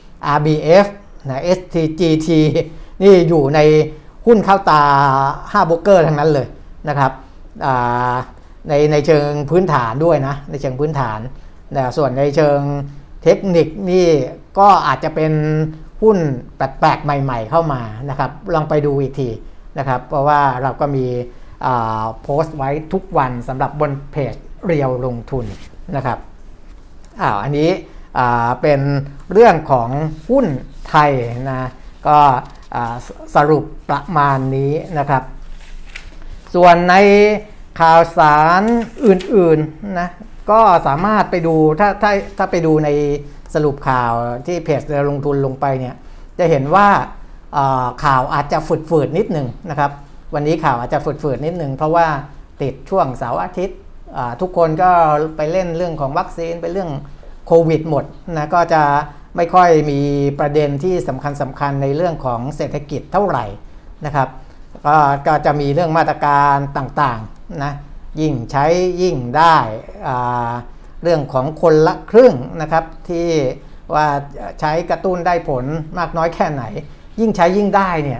RBF นะ STGT นี่อยู่ในหุ้นเข้าตา5โบรกเกอร์ทั้งนั้นเลยนะครับในเชิงพื้นฐานด้วยนะในเชิงพื้นฐานแต่ส่วนในเชิงเทคนิคนี่ก็อาจจะเป็นหุ้นแปลกๆใหม่ๆเข้ามานะครับลองไปดูอีกทีนะครับเพราะว่าเราก็มีโพสต์ไว้ทุกวันสำหรับบนเพจเรียวลงทุนนะครับอันนี้เป็นเรื่องของหุ้นไทยนะก็สรุปประมาณนี้นะครับส่วนในข่าวสารอื่นๆนะก็สามารถไปดูถ้าไปดูในสรุปข่าวที่เพจเรียวลงทุนลงไปเนี่ยจะเห็นว่าข่าวอาจจะฝืดๆนิดหนึ่งนะครับวันนี้ข่าวอาจจะฝืดๆนิดหนึ่งเพราะว่าติดช่วงเสาร์อาทิตย์ทุกคนก็ไปเล่นเรื่องของวัคซีนไปเรื่องโควิดหมดนะก็จะไม่ค่อยมีประเด็นที่สำคัญในเรื่องของเศรษฐกิจเท่าไหร่นะครับก็จะมีเรื่องมาตรการต่างๆนะยิ่งใช้ยิ่งได้เรื่องของคนละครึ่งนะครับที่ว่าใช้กระตุ้นได้ผลมากน้อยแค่ไหนยิ่งใช้ยิ่งได้เนี่ย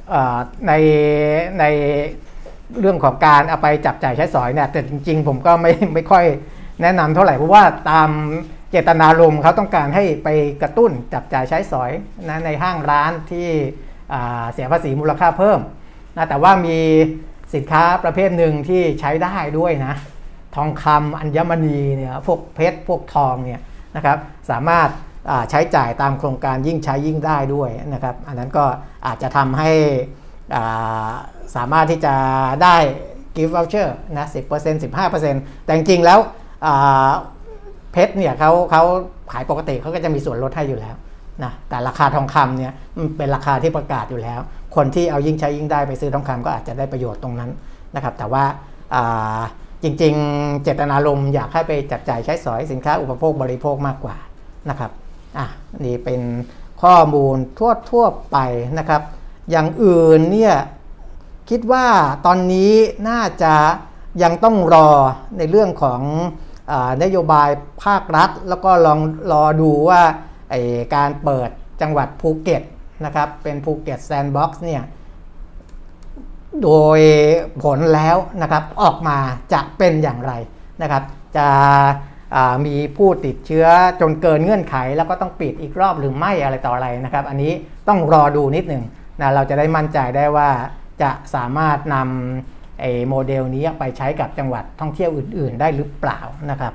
ในเรื่องของการเอาไปจับจ่ายใช้สอยเนี่ยแต่จริงๆผมก็ไม่ค่อยแนะนำเท่าไหร่เพราะว่าตามเจตนารมณ์เขาต้องการให้ไปกระตุ้นจับจ่ายใช้สอยนะในห้างร้านที่เสียภาษีมูลค่าเพิ่มนะแต่ว่ามีสินค้าประเภทหนึ่งที่ใช้ได้ด้วยนะทองคำอัญมณีเนี่ยพวกเพชรพวกทองเนี่ยนะครับสามารถใช้จ่ายตามโครงการยิ่งใช้ยิ่งได้ด้วยนะครับอันนั้นก็อาจจะทำให้สามารถที่จะได้ gift voucher นะ 10% 15% แต่จริงๆแล้วเพชรเนี่ยเขาขายปกติเขาก็จะมีส่วนลดให้อยู่แล้วนะแต่ราคาทองคำเนี่ยมันเป็นราคาที่ประกาศอยู่แล้วคนที่เอายิ่งใช้ยิ่งได้ไปซื้อทองคำก็อาจจะได้ประโยชน์ตรงนั้นนะครับแต่ว่าจริงๆเจตนารมณ์อยากให้ไปจับจ่ายใช้สอยสินค้าอุปโภคบริโภคมากกว่านะครับนี่เป็นข้อมูลทั่วไปนะครับอย่างอื่นเนี่ยคิดว่าตอนนี้น่าจะยังต้องรอในเรื่องของนโยบายภาครัฐแล้วก็รอดูว่าการเปิดจังหวัดภูเก็ตนะครับเป็นภูเก็ตแซนด์บ็อกซ์เนี่ยโดยผลแล้วนะครับออกมาจะเป็นอย่างไรนะครับจะมีผู้ติดเชื้อจนเกินเงื่อนไขแล้วก็ต้องปิดอีกรอบหรือไม่อะไรต่ออะไรนะครับอันนี้ต้องรอดูนิดหนึ่งนะเราจะได้มั่นใจได้ว่าจะสามารถนำโมเดลนี้ไปใช้กับจังหวัดท่องเที่ยวอื่นๆได้หรือเปล่านะครับ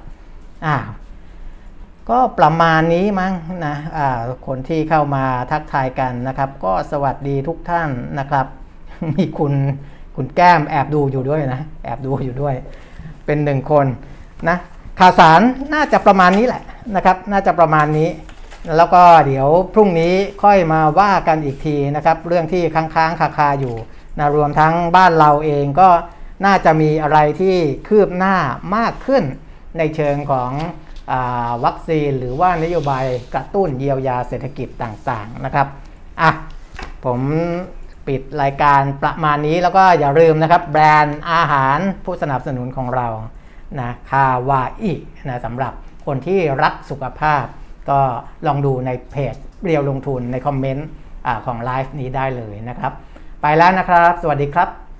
ก็ประมาณนี้มั้งนะคนที่เข้ามาทักทายกันนะครับก็สวัสดีทุกท่านนะครับมีคุณแก้มแอบดูอยู่ด้วยนะแอบดูอยู่ด้วยเป็นหนึ่งคนนะข่าวสารน่าจะประมาณนี้แหละนะครับน่าจะประมาณนี้แล้วก็เดี๋ยวพรุ่งนี้ค่อยมาว่ากันอีกทีนะครับเรื่องที่ค้างคาอยู่นะรวมทั้งบ้านเราเองก็น่าจะมีอะไรที่คืบหน้ามากขึ้นในเชิงของวัคซีนหรือว่านโยบายกระตุ้นเยียวยาเศรษฐกิจต่างๆนะครับผมปิดรายการประมาณนี้แล้วก็อย่าลืมนะครับแบรนด์อาหารผู้สนับสนุนของเรานะคาวาอินะสำหรับคนที่รักสุขภาพก็ลองดูในเพจเรียวลงทุนในคอมเมนต์ของไลฟ์นี้ได้เลยนะครับไปแล้วนะครับสวัสดีครับ